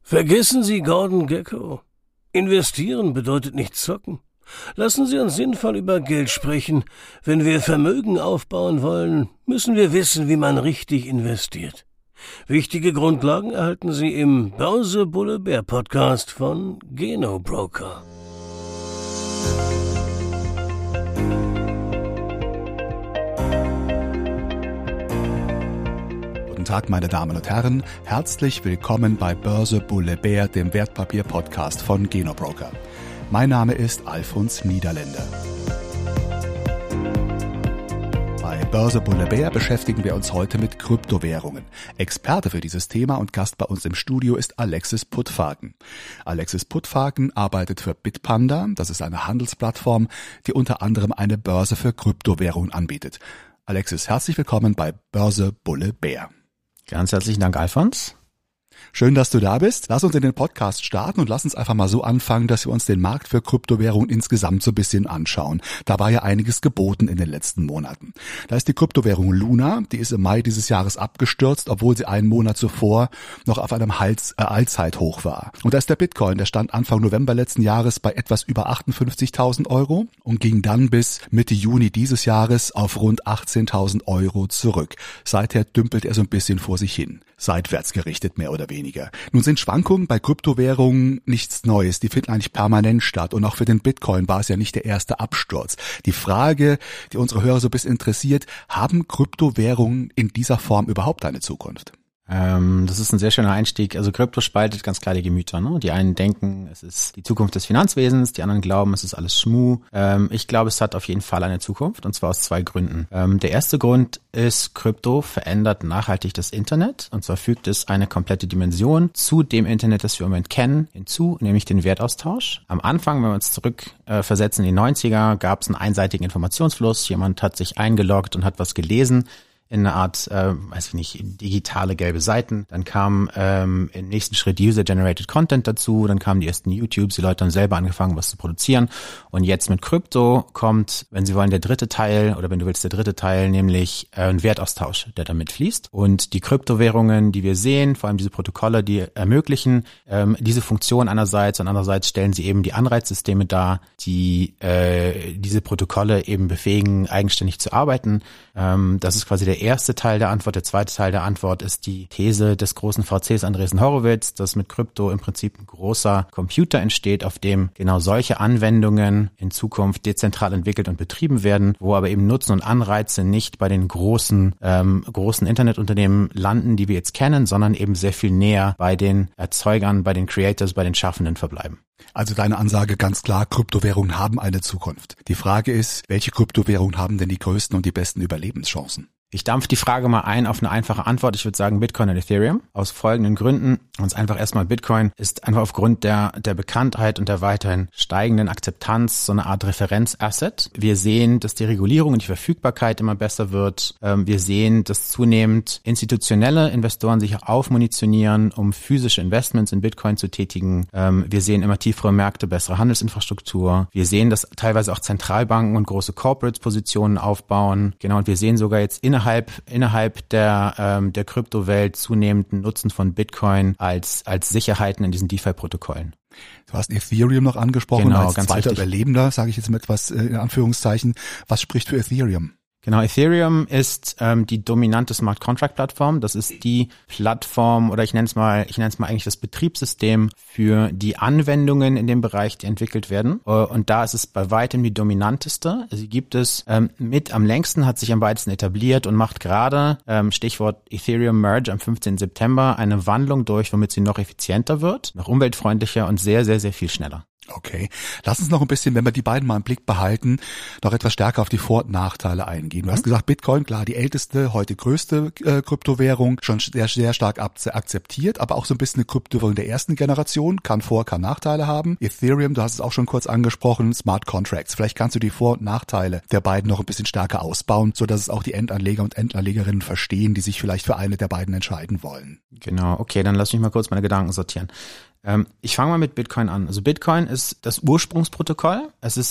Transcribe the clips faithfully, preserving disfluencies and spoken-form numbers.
Vergessen Sie Gordon Gekko. Investieren bedeutet nicht zocken. Lassen Sie uns sinnvoll über Geld sprechen. Wenn wir Vermögen aufbauen wollen, müssen wir wissen, wie man richtig investiert. Wichtige Grundlagen erhalten Sie im Börse Bulle Bär Podcast von GenoBroker. Guten Tag, meine Damen und Herren. Herzlich willkommen bei Börse Bulle Bär, dem Wertpapier-Podcast von GenoBroker. Mein Name ist Alfons Niederländer. Bei Börse Bulle Bär beschäftigen wir uns heute mit Kryptowährungen. Experte für dieses Thema und Gast bei uns im Studio ist Alexis Puttfaken. Alexis Puttfaken arbeitet für Bitpanda, das ist eine Handelsplattform, die unter anderem eine Börse für Kryptowährungen anbietet. Alexis, herzlich willkommen bei Börse Bulle Bär. Ganz herzlichen Dank, Alfons. Schön, dass du da bist. Lass uns in den Podcast starten und lass uns einfach mal so anfangen, dass wir uns den Markt für Kryptowährungen insgesamt so ein bisschen anschauen. Da war ja einiges geboten in den letzten Monaten. Da ist die Kryptowährung Luna, die ist im Mai dieses Jahres abgestürzt, obwohl sie einen Monat zuvor noch auf einem Hals, äh, Allzeithoch war. Und da ist der Bitcoin, der stand Anfang November letzten Jahres bei etwas über achtundfünfzigtausend Euro und ging dann bis Mitte Juni dieses Jahres auf rund achtzehntausend Euro zurück. Seither dümpelt er so ein bisschen vor sich hin, seitwärts gerichtet mehr oder weniger. Nun sind Schwankungen bei Kryptowährungen nichts Neues, die finden eigentlich permanent statt und auch für den Bitcoin war es ja nicht der erste Absturz. Die Frage, die unsere Hörer so ein bisschen interessiert, haben Kryptowährungen in dieser Form überhaupt eine Zukunft? Ähm, das ist ein sehr schöner Einstieg. Also Krypto spaltet ganz klar die Gemüter. Ne? Die einen denken, es ist die Zukunft des Finanzwesens, die anderen glauben, es ist alles Schmuh. Ähm, ich glaube, es hat auf jeden Fall eine Zukunft und zwar aus zwei Gründen. Ähm, der erste Grund ist, Krypto verändert nachhaltig das Internet und zwar fügt es eine komplette Dimension zu dem Internet, das wir im Moment kennen, hinzu, nämlich den Wertaustausch. Am Anfang, wenn wir uns zurück äh, versetzen in die neunziger, gab es einen einseitigen Informationsfluss. Jemand hat sich eingeloggt und hat was gelesen in eine Art, äh, weiß ich nicht, digitale gelbe Seiten. Dann kam ähm, im nächsten Schritt User-Generated Content dazu, dann kamen die ersten YouTubes, die Leute haben selber angefangen, was zu produzieren. Und jetzt mit Krypto kommt, wenn Sie wollen, der dritte Teil, oder wenn du willst, der dritte Teil, nämlich äh, ein Wertaustausch, der damit fließt. Und die Kryptowährungen, die wir sehen, vor allem diese Protokolle, die ermöglichen ähm, diese Funktion einerseits und andererseits stellen sie eben die Anreizsysteme dar, die äh, diese Protokolle eben befähigen, eigenständig zu arbeiten. Ähm, das ist quasi der erste Teil der Antwort. Der zweite Teil der Antwort ist die These des großen V Cs Andreessen Horowitz, dass mit Krypto im Prinzip ein großer Computer entsteht, auf dem genau solche Anwendungen in Zukunft dezentral entwickelt und betrieben werden, wo aber eben Nutzen und Anreize nicht bei den großen ähm, großen Internetunternehmen landen, die wir jetzt kennen, sondern eben sehr viel näher bei den Erzeugern, bei den Creators, bei den Schaffenden verbleiben. Also deine Ansage ganz klar, Kryptowährungen haben eine Zukunft. Die Frage ist, welche Kryptowährungen haben denn die größten und die besten Überlebenschancen? Ich dampfe die Frage mal ein auf eine einfache Antwort. Ich würde sagen Bitcoin und Ethereum. Aus folgenden Gründen. Ganz einfach erstmal Bitcoin ist einfach aufgrund der der Bekanntheit und der weiterhin steigenden Akzeptanz so eine Art Referenzasset. Wir sehen, dass die Regulierung und die Verfügbarkeit immer besser wird. Wir sehen, dass zunehmend institutionelle Investoren sich auch aufmunitionieren, um physische Investments in Bitcoin zu tätigen. Wir sehen immer tiefere Märkte, bessere Handelsinfrastruktur. Wir sehen, dass teilweise auch Zentralbanken und große Corporates Positionen aufbauen. Genau, und wir sehen sogar jetzt innerhalb innerhalb der ähm, der Kryptowelt zunehmenden Nutzen von Bitcoin als als Sicherheiten in diesen DeFi-Protokollen. Du hast Ethereum noch angesprochen, genau, als ganz zweiter richtig. Überlebender, sage ich jetzt mit etwas äh, in Anführungszeichen. Was spricht für Ethereum? Genau, Ethereum ist ähm, die dominante Smart Contract Plattform. Das ist die Plattform oder ich nenne es mal, ich nenne es mal eigentlich das Betriebssystem für die Anwendungen in dem Bereich, die entwickelt werden. Und da ist es bei weitem die dominanteste. Sie gibt es ähm, mit am längsten, hat sich am weitesten etabliert und macht gerade, ähm, Stichwort Ethereum Merge am fünfzehnten September, eine Wandlung durch, womit sie noch effizienter wird, noch umweltfreundlicher und sehr, sehr, sehr viel schneller. Okay, lass uns noch ein bisschen, wenn wir die beiden mal im Blick behalten, noch etwas stärker auf die Vor- und Nachteile eingehen. Du hast gesagt, Bitcoin, klar, die älteste, heute größte äh, Kryptowährung, schon sehr, sehr stark akzeptiert, aber auch so ein bisschen eine Kryptowährung der ersten Generation, kann Vor-, kann Nachteile haben. Ethereum, du hast es auch schon kurz angesprochen, Smart Contracts. Vielleicht kannst du die Vor- und Nachteile der beiden noch ein bisschen stärker ausbauen, so dass es auch die Endanleger und Endanlegerinnen verstehen, die sich vielleicht für eine der beiden entscheiden wollen. Genau, okay, dann lass mich mal kurz meine Gedanken sortieren. Ähm, ich fange mal mit Bitcoin an. Also Bitcoin ist das Ursprungsprotokoll. Es ist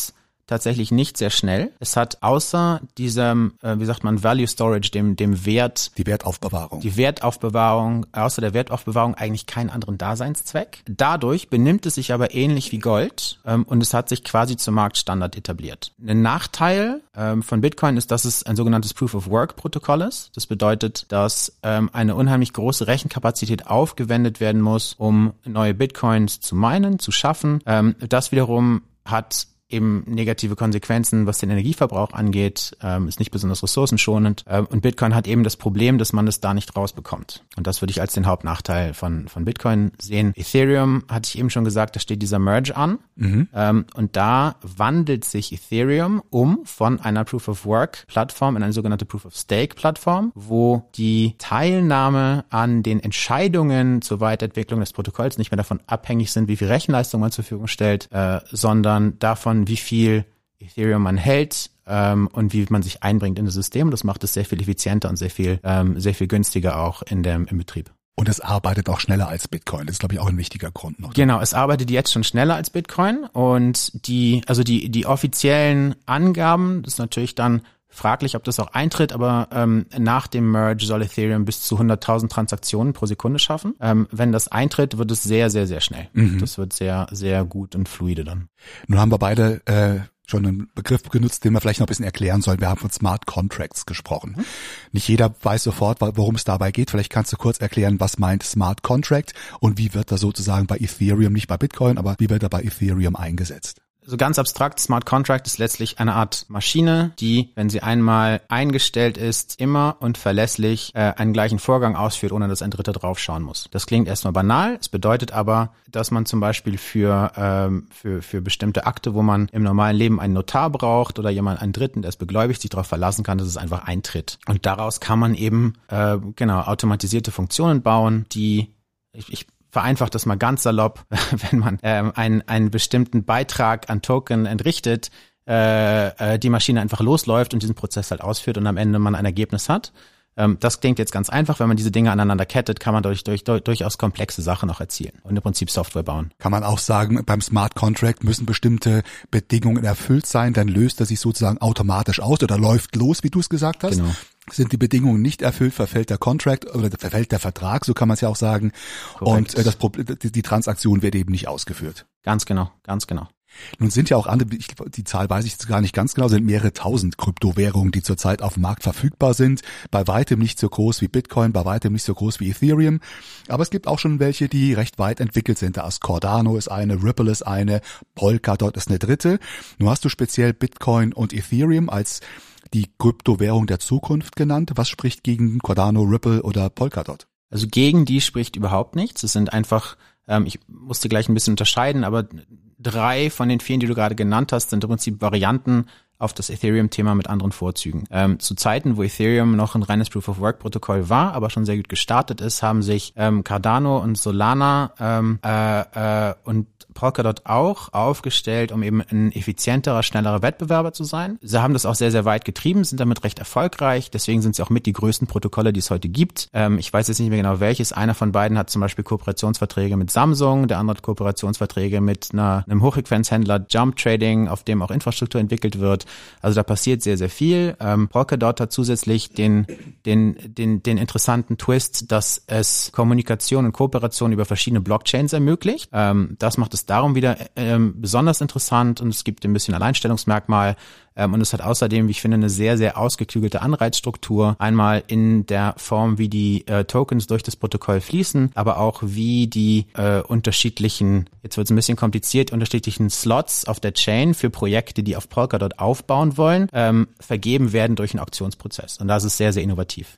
tatsächlich nicht sehr schnell. Es hat außer diesem, äh, wie sagt man, Value Storage, dem dem Wert, die Wertaufbewahrung, die Wertaufbewahrung, außer der Wertaufbewahrung eigentlich keinen anderen Daseinszweck. Dadurch benimmt es sich aber ähnlich wie Gold ähm, und es hat sich quasi zum Marktstandard etabliert. Ein Nachteil ähm, von Bitcoin ist, dass es ein sogenanntes Proof-of-Work-Protokoll ist. Das bedeutet, dass ähm, eine unheimlich große Rechenkapazität aufgewendet werden muss, um neue Bitcoins zu minen, zu schaffen. Ähm, das wiederum hat eben negative Konsequenzen, was den Energieverbrauch angeht, ähm, ist nicht besonders ressourcenschonend. Ähm, und Bitcoin hat eben das Problem, dass man das da nicht rausbekommt. Und das würde ich als den Hauptnachteil von von Bitcoin sehen. Ethereum, hatte ich eben schon gesagt, da steht dieser Merge an. Mhm. Ähm, und da wandelt sich Ethereum um von einer Proof-of-Work-Plattform in eine sogenannte Proof-of-Stake-Plattform, wo die Teilnahme an den Entscheidungen zur Weiterentwicklung des Protokolls nicht mehr davon abhängig sind, wie viel Rechenleistung man zur Verfügung stellt, äh, sondern davon, wie viel Ethereum man hält ähm, und wie man sich einbringt in das System. Das macht es sehr viel effizienter und sehr viel ähm, sehr viel günstiger auch in dem im Betrieb. Und es arbeitet auch schneller als Bitcoin. Das ist, glaube ich, auch ein wichtiger Grund noch. Genau, es arbeitet jetzt schon schneller als Bitcoin und die also die die offiziellen Angaben, das ist natürlich dann fraglich, ob das auch eintritt, aber ähm, nach dem Merge soll Ethereum bis zu hunderttausend Transaktionen pro Sekunde schaffen. Ähm, wenn das eintritt, wird es sehr, sehr, sehr schnell. Mhm. Das wird sehr, sehr gut und fluide dann. Nun haben wir beide äh, schon einen Begriff genutzt, den wir vielleicht noch ein bisschen erklären sollen. Wir haben von Smart Contracts gesprochen. Mhm. Nicht jeder weiß sofort, worum es dabei geht. Vielleicht kannst du kurz erklären, was meint Smart Contract und wie wird er sozusagen bei Ethereum, nicht bei Bitcoin, aber wie wird er bei Ethereum eingesetzt? So ganz abstrakt, Smart Contract ist letztlich eine Art Maschine, die, wenn sie einmal eingestellt ist, immer und verlässlich äh, einen gleichen Vorgang ausführt, ohne dass ein Dritter draufschauen muss. Das klingt erstmal banal, es bedeutet aber, dass man zum Beispiel für ähm, für für bestimmte Akte, wo man im normalen Leben einen Notar braucht oder jemand einen Dritten, der es begläubigt, sich darauf verlassen kann, dass es einfach eintritt. Und daraus kann man eben äh, genau automatisierte Funktionen bauen, die ich, ich vereinfacht das mal ganz salopp, wenn man ähm, einen, einen bestimmten Beitrag an Token entrichtet, äh, äh, die Maschine einfach losläuft und diesen Prozess halt ausführt und am Ende man ein Ergebnis hat. Ähm, das klingt jetzt ganz einfach, wenn man diese Dinge aneinander kettet, kann man durch, durch, durch durchaus komplexe Sachen auch erzielen und im Prinzip Software bauen. Kann man auch sagen, beim Smart Contract müssen bestimmte Bedingungen erfüllt sein, dann löst er sich sozusagen automatisch aus oder läuft los, wie du es gesagt hast. Genau. Sind die Bedingungen nicht erfüllt, verfällt der Contract oder verfällt der Vertrag, so kann man es ja auch sagen. Korrekt. Und äh, das Problem, die, die Transaktion wird eben nicht ausgeführt. Ganz genau, ganz genau. Nun sind ja auch andere, ich, die Zahl weiß ich jetzt gar nicht ganz genau, sind mehrere tausend Kryptowährungen, die zurzeit auf dem Markt verfügbar sind. Bei weitem nicht so groß wie Bitcoin, bei weitem nicht so groß wie Ethereum. Aber es gibt auch schon welche, die recht weit entwickelt sind. Da ist Cardano ist eine, Ripple ist eine, Polkadot ist eine dritte. Nun hast du speziell Bitcoin und Ethereum als die Kryptowährung der Zukunft genannt. Was spricht gegen Cardano, Ripple oder Polkadot? Also gegen die spricht überhaupt nichts. Es sind einfach, ähm, ich musste gleich ein bisschen unterscheiden, aber drei von den vielen, die du gerade genannt hast, sind im Prinzip Varianten auf das Ethereum-Thema mit anderen Vorzügen. Ähm, zu Zeiten, wo Ethereum noch ein reines Proof-of-Work-Protokoll war, aber schon sehr gut gestartet ist, haben sich ähm, Cardano und Solana ähm, äh, äh, und Polkadot auch aufgestellt, um eben ein effizienterer, schnellerer Wettbewerber zu sein. Sie haben das auch sehr, sehr weit getrieben, sind damit recht erfolgreich. Deswegen sind sie auch mit die größten Protokolle, die es heute gibt. Ähm, ich weiß jetzt nicht mehr genau welches. Einer von beiden hat zum Beispiel Kooperationsverträge mit Samsung, der andere hat Kooperationsverträge mit einer, einem Hochfrequenzhändler Jump Trading, auf dem auch Infrastruktur entwickelt wird. Also da passiert sehr, sehr viel. Ähm, Polkadot hat zusätzlich den, den, den, den interessanten Twist, dass es Kommunikation und Kooperation über verschiedene Blockchains ermöglicht. Ähm, das macht es darum wieder ähm, besonders interessant und es gibt ein bisschen Alleinstellungsmerkmal. Ähm, und es hat außerdem, wie ich finde, eine sehr, sehr ausgeklügelte Anreizstruktur. Einmal in der Form, wie die äh, Tokens durch das Protokoll fließen, aber auch wie die äh, unterschiedlichen, jetzt wird es ein bisschen kompliziert, unterschiedlichen Slots auf der Chain für Projekte, die auf Polkadot aufbauen wollen, ähm, vergeben werden durch einen Auktionsprozess. Und das ist sehr, sehr innovativ.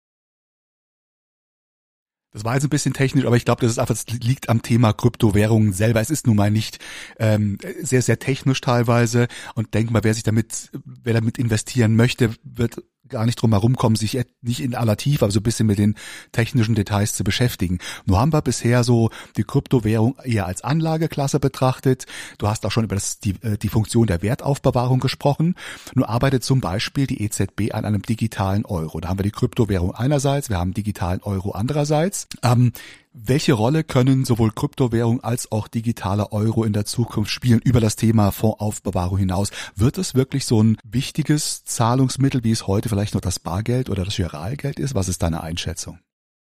Das war jetzt ein bisschen technisch, aber ich glaube, das ist einfach, das liegt am Thema Kryptowährungen selber. Es ist nun mal nicht ähm, sehr, sehr technisch teilweise und denk mal, wer sich damit, wer damit investieren möchte, wird gar nicht drum herum kommen, sich nicht in aller Tiefe, aber so ein bisschen mit den technischen Details zu beschäftigen. Nur haben wir bisher so die Kryptowährung eher als Anlageklasse betrachtet. Du hast auch schon über das, die, die Funktion der Wertaufbewahrung gesprochen. Nur arbeitet zum Beispiel die E Z B an einem digitalen Euro. Da haben wir die Kryptowährung einerseits, wir haben digitalen Euro andererseits. Ähm, Welche Rolle können sowohl Kryptowährung als auch digitaler Euro in der Zukunft spielen über das Thema Fondsaufbewahrung hinaus? Wird es wirklich so ein wichtiges Zahlungsmittel, wie es heute vielleicht noch das Bargeld oder das Giralgeld ist? Was ist deine Einschätzung?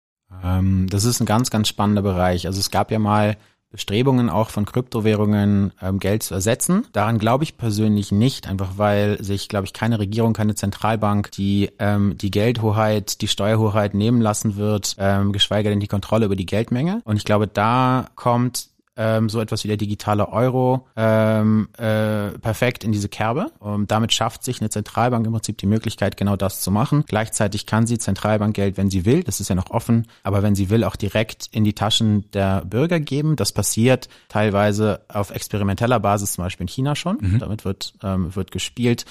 Ähm, das ist ein ganz, ganz spannender Bereich. Also es gab ja mal Bestrebungen auch von Kryptowährungen, ähm, Geld zu ersetzen. Daran glaube ich persönlich nicht, einfach weil sich, glaube ich, keine Regierung, keine Zentralbank die ähm, die Geldhoheit, die Steuerhoheit nehmen lassen wird, ähm, geschweige denn die Kontrolle über die Geldmenge. Und ich glaube, da kommt ähm, so etwas wie der digitale Euro ähm, äh, perfekt in diese Kerbe. Und damit schafft sich eine Zentralbank im Prinzip die Möglichkeit, genau das zu machen. Gleichzeitig kann sie Zentralbankgeld, wenn sie will, das ist ja noch offen, aber wenn sie will, auch direkt in die Taschen der Bürger geben. Das passiert teilweise auf experimenteller Basis, zum Beispiel in China schon. Mhm. Damit wird ähm, wird gespielt.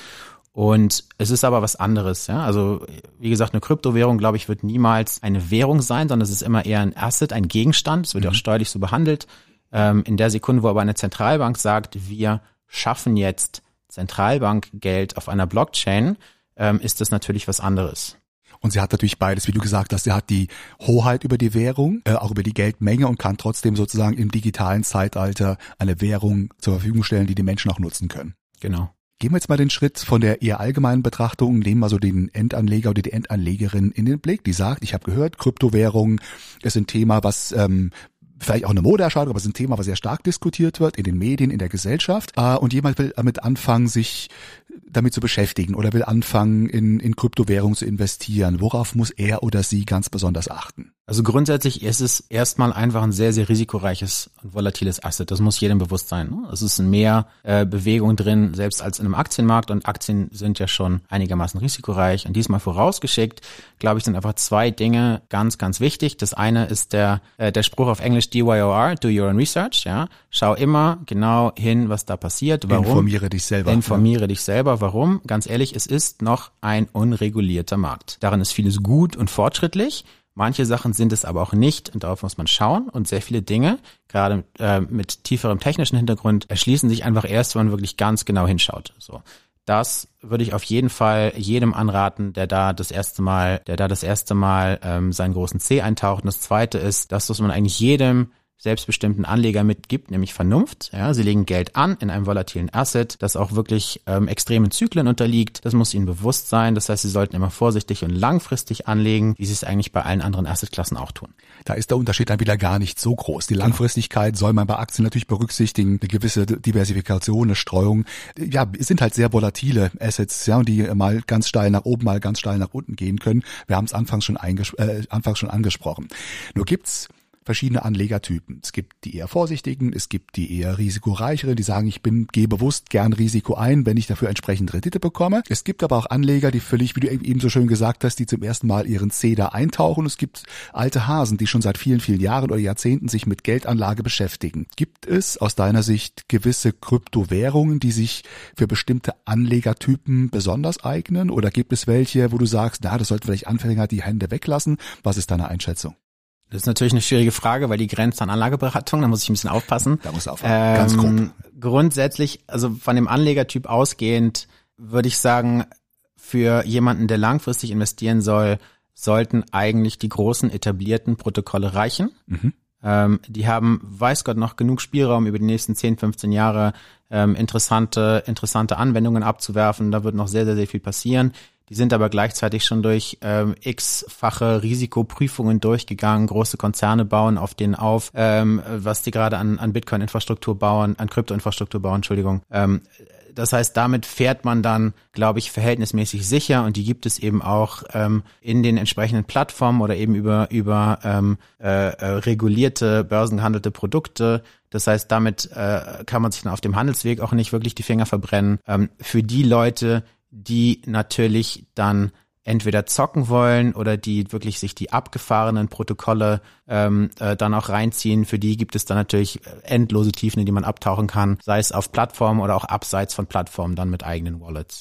Und es ist aber was anderes, ja. Also, wie gesagt, eine Kryptowährung, glaube ich, wird niemals eine Währung sein, sondern es ist immer eher ein Asset, ein Gegenstand. Es wird ja mhm. auch steuerlich so behandelt. Ähm, in der Sekunde, wo aber eine Zentralbank sagt, wir schaffen jetzt Zentralbankgeld auf einer Blockchain, ähm, ist das natürlich was anderes. Und sie hat natürlich beides, wie du gesagt hast. Sie hat die Hoheit über die Währung, äh, auch über die Geldmenge und kann trotzdem sozusagen im digitalen Zeitalter eine Währung zur Verfügung stellen, die die Menschen auch nutzen können. Genau. Gehen wir jetzt mal den Schritt von der eher allgemeinen Betrachtung, nehmen wir so den Endanleger oder die Endanlegerin in den Blick, die sagt, ich habe gehört, Kryptowährungen ist ein Thema, was ähm, vielleicht auch eine Modeerscheinung, aber es ist ein Thema, was sehr stark diskutiert wird in den Medien, in der Gesellschaft. Und jemand will damit anfangen, sich damit zu beschäftigen oder will anfangen, in, in Kryptowährungen zu investieren. Worauf muss er oder sie ganz besonders achten? Also grundsätzlich ist es erstmal einfach ein sehr, sehr risikoreiches und volatiles Asset. Das muss jedem bewusst sein. Es ist mehr äh, Bewegung drin, selbst als in einem Aktienmarkt. Und Aktien sind ja schon einigermaßen risikoreich. Und diesmal vorausgeschickt, glaube ich, sind einfach zwei Dinge ganz, ganz wichtig. Das eine ist der äh, der Spruch auf Englisch D Y O R, do your own research. Ja, schau immer genau hin, was da passiert. Warum? Informiere dich selber. Informiere ja. dich selber. Warum? Ganz ehrlich, es ist noch ein unregulierter Markt. Darin ist vieles gut und fortschrittlich. Manche Sachen sind es aber auch nicht und darauf muss man schauen und sehr viele Dinge, gerade äh, mit tieferem technischen Hintergrund, erschließen sich einfach erst, wenn man wirklich ganz genau hinschaut. So, das würde ich auf jeden Fall jedem anraten, der da das erste Mal, der da das erste Mal ähm, seinen großen C eintaucht. Und das Zweite ist, das, was man eigentlich jedem selbstbestimmten Anleger mitgibt, nämlich Vernunft. Ja, sie legen Geld an in einem volatilen Asset, das auch wirklich ähm, extremen Zyklen unterliegt. Das muss ihnen bewusst sein. Das heißt, sie sollten immer vorsichtig und langfristig anlegen, wie sie es eigentlich bei allen anderen Assetklassen auch tun. Da ist der Unterschied dann wieder gar nicht so groß. Die Langfristigkeit soll man bei Aktien natürlich berücksichtigen, eine gewisse Diversifikation, eine Streuung. Ja, es sind halt sehr volatile Assets, ja, und die mal ganz steil nach oben, mal ganz steil nach unten gehen können. Wir haben es anfangs schon, einges- äh, anfangs schon angesprochen. Nur gibt's verschiedene Anlegertypen. Es gibt die eher vorsichtigen, es gibt die eher risikoreicheren, die sagen, ich bin, gehe bewusst gern Risiko ein, wenn ich dafür entsprechend Rendite bekomme. Es gibt aber auch Anleger, die völlig, wie du eben so schön gesagt hast, die zum ersten Mal ihren C da eintauchen. Es gibt alte Hasen, die schon seit vielen, vielen Jahren oder Jahrzehnten sich mit Geldanlage beschäftigen. Gibt es aus deiner Sicht gewisse Kryptowährungen, die sich für bestimmte Anlegertypen besonders eignen? Oder gibt es welche, wo du sagst, na, das sollten vielleicht Anfänger die Hände weglassen? Was ist deine Einschätzung? Das ist natürlich eine schwierige Frage, weil die grenzt an Anlageberatung, da muss ich ein bisschen aufpassen. Da muss du aufpassen, ähm, ganz grob. Grundsätzlich, also von dem Anlegertyp ausgehend, würde ich sagen, für jemanden, der langfristig investieren soll, sollten eigentlich die großen etablierten Protokolle reichen. Mhm. Ähm, die haben, weiß Gott, noch genug Spielraum über die nächsten zehn, fünfzehn Jahre ähm, interessante, interessante Anwendungen abzuwerfen. Da wird noch sehr, sehr, sehr viel passieren. Die sind aber gleichzeitig schon durch ähm, x-fache Risikoprüfungen durchgegangen. Große Konzerne bauen auf denen auf, ähm, was die gerade an, an Bitcoin-Infrastruktur bauen, an Krypto-Infrastruktur bauen, Entschuldigung. Ähm, das heißt, damit fährt man dann, glaube ich, verhältnismäßig sicher und die gibt es eben auch ähm, in den entsprechenden Plattformen oder eben über über ähm, äh, äh, regulierte, börsengehandelte Produkte. Das heißt, damit äh, kann man sich dann auf dem Handelsweg auch nicht wirklich die Finger verbrennen. Ähm, für die Leute, die natürlich dann entweder zocken wollen oder die wirklich sich die abgefahrenen Protokolle ähm, äh, dann auch reinziehen. Für die gibt es dann natürlich endlose Tiefen, in die man abtauchen kann, sei es auf Plattformen oder auch abseits von Plattformen dann mit eigenen Wallets.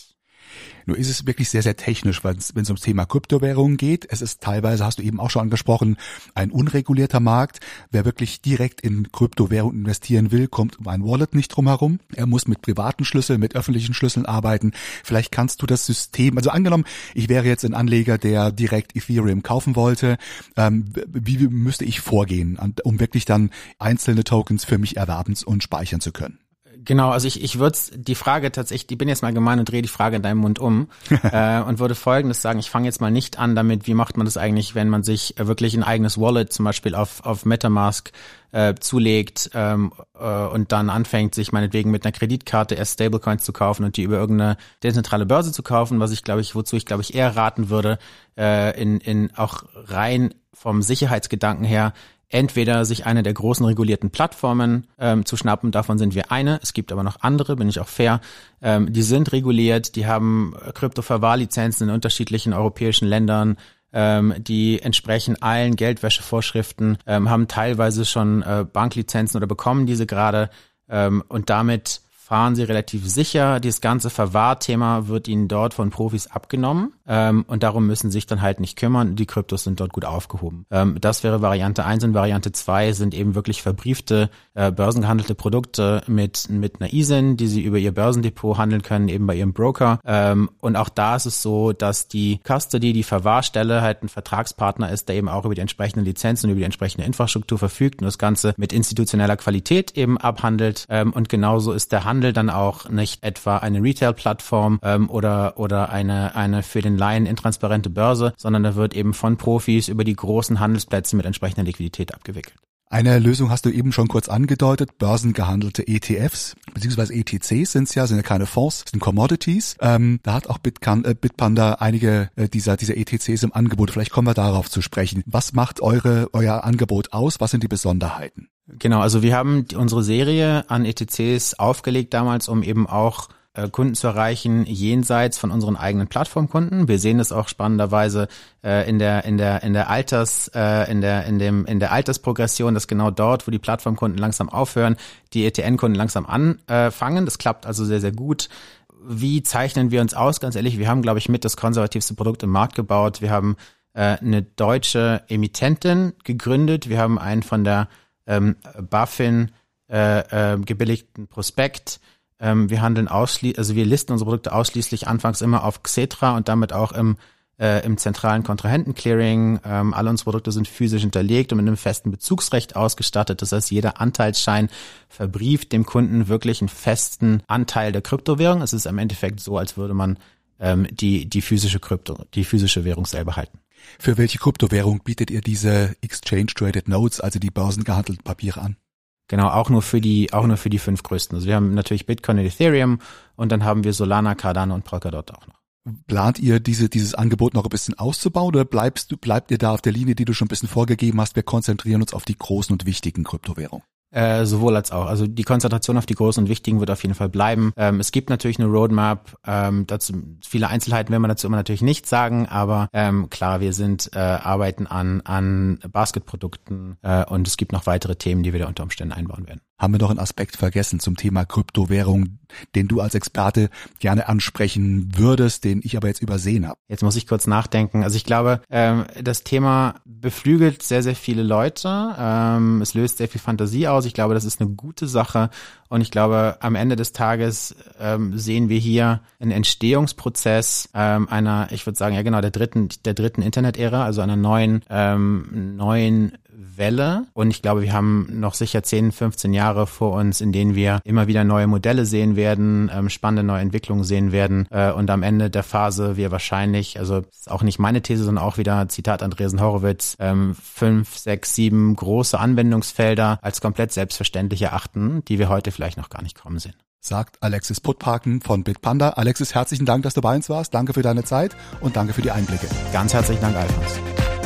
Nur ist es wirklich sehr, sehr technisch, wenn es ums Thema Kryptowährungen geht. Es ist teilweise, hast du eben auch schon angesprochen, ein unregulierter Markt. Wer wirklich direkt in Kryptowährungen investieren will, kommt um ein Wallet nicht drum herum. Er muss mit privaten Schlüsseln, mit öffentlichen Schlüsseln arbeiten. Vielleicht kannst du das System, also angenommen, ich wäre jetzt ein Anleger, der direkt Ethereum kaufen wollte. Ähm, wie müsste ich vorgehen, um wirklich dann einzelne Tokens für mich erwerben und speichern zu können? Genau, also ich, ich würde die Frage tatsächlich, ich bin jetzt mal gemein und drehe die Frage in deinem Mund um äh, und würde Folgendes sagen, ich fange jetzt mal nicht an damit, wie macht man das eigentlich, wenn man sich wirklich ein eigenes Wallet zum Beispiel auf auf MetaMask äh, zulegt ähm, äh, und dann anfängt, sich meinetwegen mit einer Kreditkarte erst Stablecoins zu kaufen und die über irgendeine dezentrale Börse zu kaufen, was ich glaube ich, wozu ich glaube ich eher raten würde, äh, in in auch rein vom Sicherheitsgedanken her, entweder sich eine der großen regulierten Plattformen ähm, zu schnappen, davon sind wir eine, es gibt aber noch andere, bin ich auch fair, ähm, die sind reguliert, die haben Krypto-Verwahrlizenzen in unterschiedlichen europäischen Ländern, ähm, die entsprechen allen Geldwäschevorschriften, ähm, haben teilweise schon äh, Banklizenzen oder bekommen diese gerade ähm, und damit fahren sie relativ sicher. Das ganze Verwahrthema wird ihnen dort von Profis abgenommen ähm, und darum müssen sie sich dann halt nicht kümmern. Die Kryptos sind dort gut aufgehoben. Ähm, das wäre Variante eins und Variante zwei sind eben wirklich verbriefte, äh, börsengehandelte Produkte mit mit einer I S I N, die sie über ihr Börsendepot handeln können, eben bei ihrem Broker. Ähm, und auch da ist es so, dass die Custody, die Verwahrstelle halt ein Vertragspartner ist, der eben auch über die entsprechenden Lizenzen und über die entsprechende Infrastruktur verfügt und das Ganze mit institutioneller Qualität eben abhandelt. Ähm, und genauso ist der Handel dann auch nicht etwa eine Retail-Plattform ähm, oder oder eine eine für den Laien intransparente Börse, sondern da wird eben von Profis über die großen Handelsplätze mit entsprechender Liquidität abgewickelt. Eine Lösung hast du eben schon kurz angedeutet, börsengehandelte E T Fs, beziehungsweise E T Cs sind es ja, sind ja keine Fonds, sind Commodities. Ähm, da hat auch Bitcan, äh, Bitpanda einige äh, dieser dieser E T Cs im Angebot. Vielleicht kommen wir darauf zu sprechen. Was macht eure euer Angebot aus? Was sind die Besonderheiten? Genau, also wir haben die, unsere Serie an E T Cs aufgelegt damals, um eben auch äh, Kunden zu erreichen, jenseits von unseren eigenen Plattformkunden. Wir sehen das auch spannenderweise äh, in der in der in der Alters äh, in der in dem in der Altersprogression, dass genau dort, wo die Plattformkunden langsam aufhören, die E T N-Kunden langsam anfangen. Das klappt also sehr sehr gut. Wie zeichnen wir uns aus? Ganz ehrlich, wir haben, glaube ich, mit das konservativste Produkt im Markt gebaut. Wir haben äh, eine deutsche Emittentin gegründet. Wir haben einen von der ähm, BaFin äh, äh, gebilligten Prospekt. Ähm, wir handeln ausschließlich, also wir listen unsere Produkte ausschließlich anfangs immer auf Xetra und damit auch im äh, im zentralen Kontrahentenclearing. Ähm, alle unsere Produkte sind physisch hinterlegt und mit einem festen Bezugsrecht ausgestattet. Das heißt, jeder Anteilsschein verbrieft dem Kunden wirklich einen festen Anteil der Kryptowährung. Es ist im Endeffekt so, als würde man ähm, die die physische Krypto, die physische Währung selber halten. Für welche Kryptowährung bietet ihr diese Exchange-Traded Notes, also die börsengehandelten Papiere an? Genau, auch nur für die, auch nur für die fünf größten. Also wir haben natürlich Bitcoin und Ethereum und dann haben wir Solana, Cardano und Polkadot auch noch. Plant ihr diese, dieses Angebot noch ein bisschen auszubauen oder bleibst du, bleibt ihr da auf der Linie, die du schon ein bisschen vorgegeben hast? Wir konzentrieren uns auf die großen und wichtigen Kryptowährungen. Äh, sowohl als auch. Also die Konzentration auf die großen und wichtigen wird auf jeden Fall bleiben. Ähm, es gibt natürlich eine Roadmap. Ähm, dazu viele Einzelheiten will man dazu immer natürlich nicht sagen, aber ähm, klar, wir sind äh, arbeiten an an Basketprodukten äh, und es gibt noch weitere Themen, die wir da unter Umständen einbauen werden. Haben wir noch einen Aspekt vergessen zum Thema Kryptowährung, den du als Experte gerne ansprechen würdest, den ich aber jetzt übersehen habe? Jetzt muss ich kurz nachdenken. Also ich glaube, ähm, das Thema beflügelt sehr, sehr viele Leute. Ähm, es löst sehr viel Fantasie aus. Ich glaube, das ist eine gute Sache. Und ich glaube, am Ende des Tages ähm, sehen wir hier einen Entstehungsprozess ähm, einer, ich würde sagen, ja genau, der dritten, der dritten Internet-Ära, also einer neuen, ähm, neuen Welle. Und ich glaube, wir haben noch sicher zehn, fünfzehn Jahre vor uns, in denen wir immer wieder neue Modelle sehen werden, ähm, spannende neue Entwicklungen sehen werden. Äh, und am Ende der Phase wir wahrscheinlich, also das ist auch nicht meine These, sondern auch wieder Zitat Andreessen Horowitz, ähm, fünf, sechs, sieben große Anwendungsfelder als komplett selbstverständlich erachten, die wir heute vielleicht noch gar nicht kommen sehen. Sagt Alexis Puttparken von Bitpanda. Alexis, herzlichen Dank, dass du bei uns warst. Danke für deine Zeit und danke für die Einblicke. Ganz herzlichen Dank, Alfons.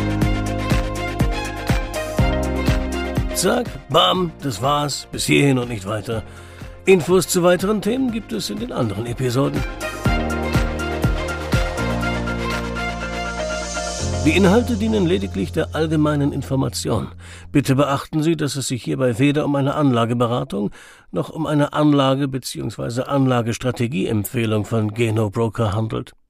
Zack, bam, das war's. Bis hierhin und nicht weiter. Infos zu weiteren Themen gibt es in den anderen Episoden. Die Inhalte dienen lediglich der allgemeinen Information. Bitte beachten Sie, dass es sich hierbei weder um eine Anlageberatung noch um eine Anlage- bzw. Anlagestrategieempfehlung von GenoBroker handelt.